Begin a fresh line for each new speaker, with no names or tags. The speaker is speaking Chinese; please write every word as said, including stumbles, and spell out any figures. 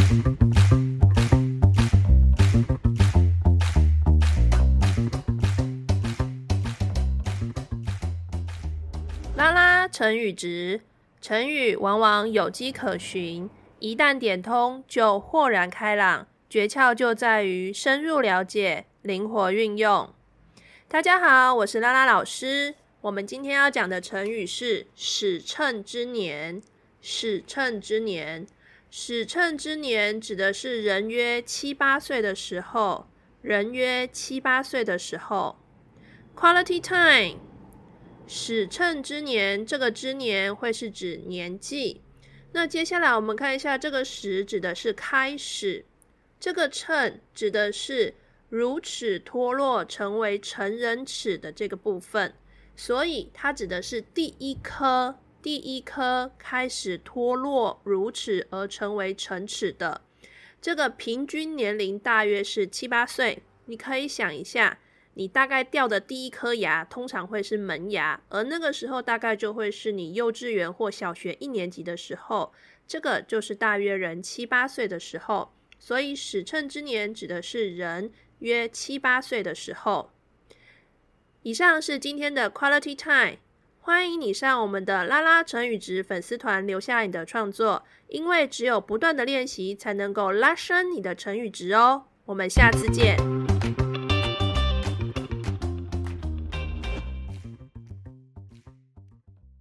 拉拉成语值，成语往往有迹可循，一旦点通就豁然开朗，诀窍就在于深入了解，灵活运用。大家好，我是拉拉老师。我们今天要讲的成语是始称之年。始称之年，始称之年指的是人约七八岁的时候，人约七八岁的时候。Quality time， 始称之年，这个之年会是指年纪。那接下来我们看一下，这个始指的是开始，这个称指的是乳齿脱落成为成人齿的这个部分，所以它指的是第一颗第一颗开始脱落乳齿而成为成齿的，这个平均年龄大约是七八岁。你可以想一下，你大概掉的第一颗牙通常会是门牙，而那个时候大概就会是你幼稚园或小学一年级的时候，这个就是大约人七八岁的时候。所以始称之年指的是人约七八岁的时候。以上是今天的 Quality Time， 欢迎你上我们的拉拉成语值粉丝团留下你的创作，因为只有不断的练习才能够拉升你的成语值哦。我们下次见。